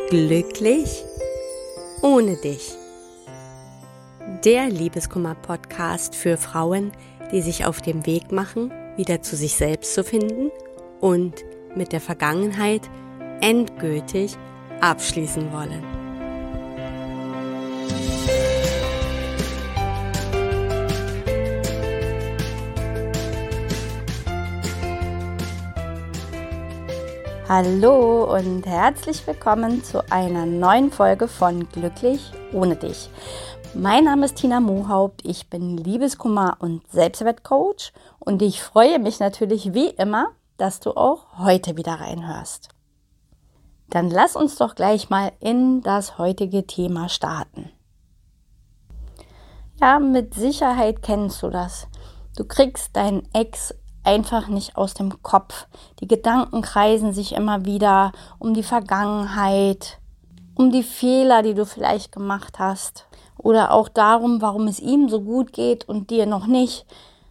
Glücklich ohne dich. Der Liebeskummer-Podcast für Frauen, die sich auf dem Weg machen, wieder zu sich selbst zu finden und mit der Vergangenheit endgültig abschließen wollen. Hallo und herzlich willkommen zu einer neuen Folge von Glücklich ohne dich. Mein Name ist Tina Mohaupt, ich bin Liebeskummer- und Selbstwertcoach und ich freue mich natürlich wie immer, dass du auch heute wieder reinhörst. Dann lass uns doch gleich mal in das heutige Thema starten. Ja, mit Sicherheit kennst du das. Du kriegst deinen Ex einfach nicht aus dem Kopf. Die Gedanken kreisen sich immer wieder um die Vergangenheit, um die Fehler, die du vielleicht gemacht hast oder auch darum, warum es ihm so gut geht und dir noch nicht.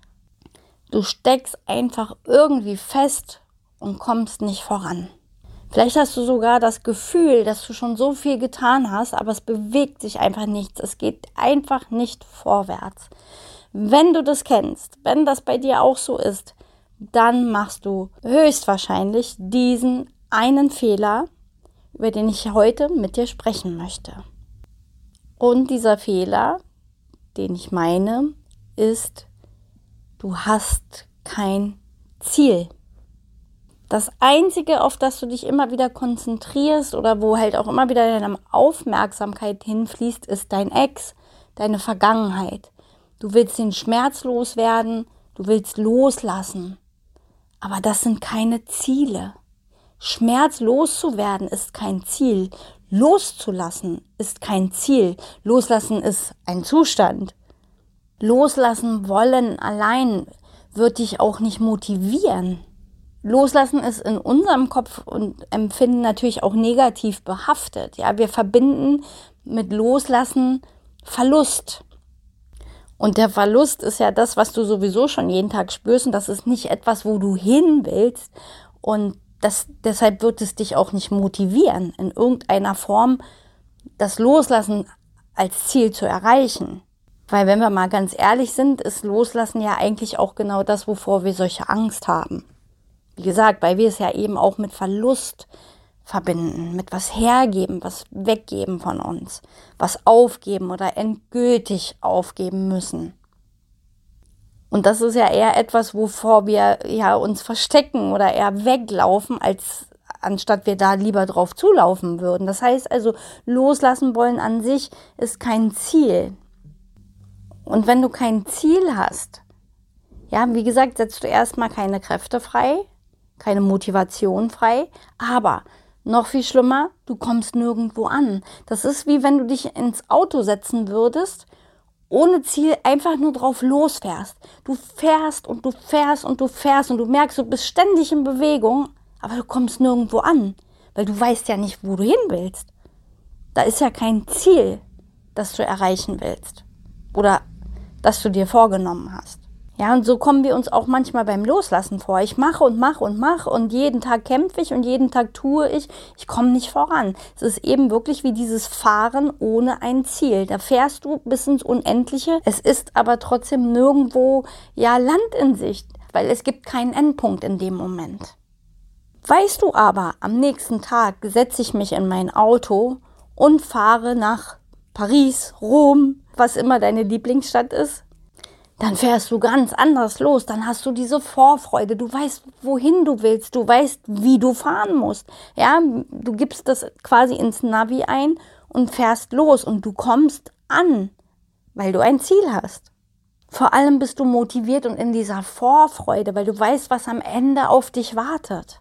Du steckst einfach irgendwie fest und kommst nicht voran. Vielleicht hast du sogar das Gefühl, dass du schon so viel getan hast, aber es bewegt sich einfach nichts. Es geht einfach nicht vorwärts. Wenn du das kennst, wenn das bei dir auch so ist, dann machst du höchstwahrscheinlich diesen einen Fehler, über den ich heute mit dir sprechen möchte. Und dieser Fehler, den ich meine, ist, du hast kein Ziel. Das Einzige, auf das du dich immer wieder konzentrierst oder wo halt auch immer wieder deine Aufmerksamkeit hinfließt, ist dein Ex, deine Vergangenheit. Du willst den Schmerz loswerden, du willst loslassen. Aber das sind keine Ziele. Schmerz loszuwerden ist kein Ziel. Loszulassen ist kein Ziel. Loslassen ist ein Zustand. Loslassen wollen allein wird dich auch nicht motivieren. Loslassen ist in unserem Kopf und Empfinden natürlich auch negativ behaftet. Ja, wir verbinden mit Loslassen Verlust. Und der Verlust ist ja das, was du sowieso schon jeden Tag spürst. Und das ist nicht etwas, wo du hin willst. Und deshalb wird es dich auch nicht motivieren, in irgendeiner Form das Loslassen als Ziel zu erreichen. Weil wenn wir mal ganz ehrlich sind, ist Loslassen ja eigentlich auch genau das, wovor wir solche Angst haben. Wie gesagt, weil wir es ja eben auch mit Verlust verbinden, mit was hergeben, was weggeben von uns, was aufgeben oder endgültig aufgeben müssen. Und das ist ja eher etwas, wovor wir ja uns verstecken oder eher weglaufen, anstatt wir da lieber drauf zulaufen würden. Das heißt also, loslassen wollen an sich ist kein Ziel. Und wenn du kein Ziel hast, ja, wie gesagt, setzt du erstmal keine Kräfte frei, keine Motivation frei, aber noch viel schlimmer, du kommst nirgendwo an. Das ist wie wenn du dich ins Auto setzen würdest, ohne Ziel einfach nur drauf losfährst. Du fährst und du fährst und du fährst und du merkst, du bist ständig in Bewegung, aber du kommst nirgendwo an, weil du weißt ja nicht, wo du hin willst. Da ist ja kein Ziel, das du erreichen willst oder das du dir vorgenommen hast. Ja, und so kommen wir uns auch manchmal beim Loslassen vor. Ich mache und jeden Tag kämpfe ich und jeden Tag tue ich. Ich komme nicht voran. Es ist eben wirklich wie dieses Fahren ohne ein Ziel. Da fährst du bis ins Unendliche. Es ist aber trotzdem nirgendwo Land in Sicht, weil es gibt keinen Endpunkt in dem Moment. Weißt du aber, am nächsten Tag setze ich mich in mein Auto und fahre nach Paris, Rom, was immer deine Lieblingsstadt ist. Dann fährst du ganz anders los, dann hast du diese Vorfreude, du weißt, wohin du willst, du weißt, wie du fahren musst. Ja, du gibst das quasi ins Navi ein und fährst los und du kommst an, weil du ein Ziel hast. Vor allem bist du motiviert und in dieser Vorfreude, weil du weißt, was am Ende auf dich wartet.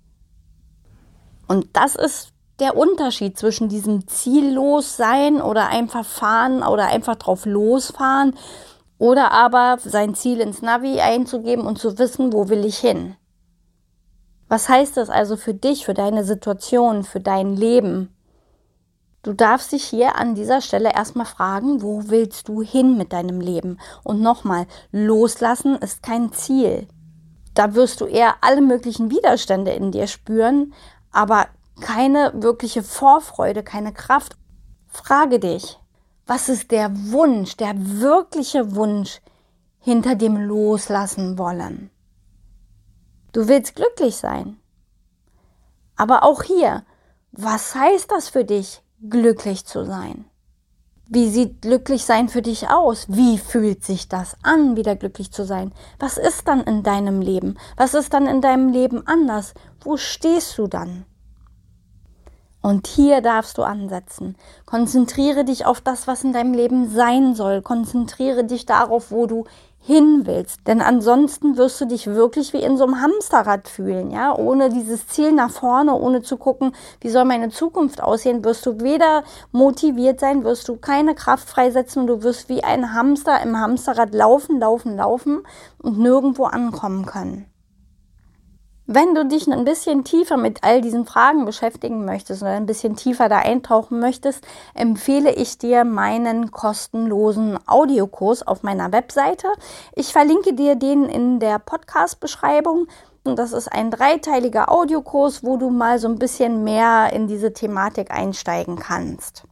Und das ist der Unterschied zwischen diesem ziellos sein oder einfach fahren oder einfach drauf losfahren, oder aber sein Ziel ins Navi einzugeben und zu wissen, wo will ich hin. Was heißt das also für dich, für deine Situation, für dein Leben? Du darfst dich hier an dieser Stelle erstmal fragen, wo willst du hin mit deinem Leben? Und nochmal, loslassen ist kein Ziel. Da wirst du eher alle möglichen Widerstände in dir spüren, aber keine wirkliche Vorfreude, keine Kraft. Frage dich, was ist der Wunsch, der wirkliche Wunsch hinter dem Loslassen wollen? Du willst glücklich sein. Aber auch hier, was heißt das für dich, glücklich zu sein? Wie sieht glücklich sein für dich aus? Wie fühlt sich das an, wieder glücklich zu sein? Was ist dann in deinem Leben? Was ist dann in deinem Leben anders? Wo stehst du dann? Und hier darfst du ansetzen. Konzentriere dich auf das, was in deinem Leben sein soll. Konzentriere dich darauf, wo du hin willst. Denn ansonsten wirst du dich wirklich wie in so einem Hamsterrad fühlen, ja? Ohne dieses Ziel nach vorne, ohne zu gucken, wie soll meine Zukunft aussehen, wirst du weder motiviert sein, wirst du keine Kraft freisetzen und du wirst wie ein Hamster im Hamsterrad laufen und nirgendwo ankommen können. Wenn du dich ein bisschen tiefer mit all diesen Fragen beschäftigen möchtest oder ein bisschen tiefer da eintauchen möchtest, empfehle ich dir meinen kostenlosen Audiokurs auf meiner Webseite. Ich verlinke dir den in der Podcast-Beschreibung. Und das ist ein 3-teiliger Audiokurs, wo du mal so ein bisschen mehr in diese Thematik einsteigen kannst.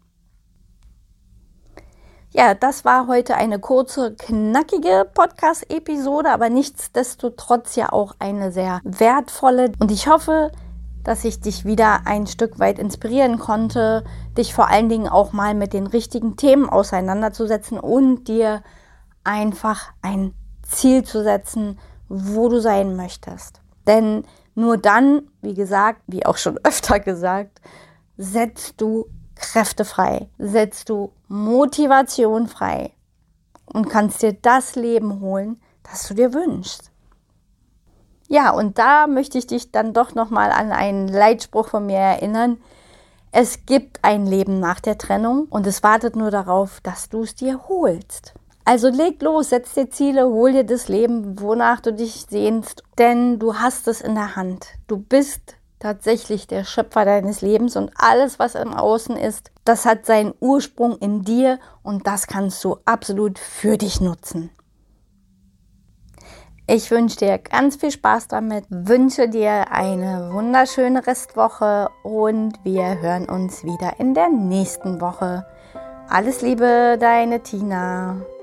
Ja, das war heute eine kurze, knackige Podcast-Episode, aber nichtsdestotrotz ja auch eine sehr wertvolle. Und ich hoffe, dass ich dich wieder ein Stück weit inspirieren konnte, dich vor allen Dingen auch mal mit den richtigen Themen auseinanderzusetzen und dir einfach ein Ziel zu setzen, wo du sein möchtest. Denn nur dann, wie gesagt, wie auch schon öfter gesagt, setzt du Kräfte frei, setzt du Motivation frei und kannst dir das Leben holen, das du dir wünschst. Ja, und da möchte ich dich dann doch nochmal an einen Leitspruch von mir erinnern. Es gibt ein Leben nach der Trennung und es wartet nur darauf, dass du es dir holst. Also leg los, setz dir Ziele, hol dir das Leben, wonach du dich sehnst, denn du hast es in der Hand. Du bist tatsächlich der Schöpfer deines Lebens und alles, was im Außen ist, das hat seinen Ursprung in dir und das kannst du absolut für dich nutzen. Ich wünsche dir ganz viel Spaß damit, wünsche dir eine wunderschöne Restwoche und wir hören uns wieder in der nächsten Woche. Alles Liebe, deine Tina.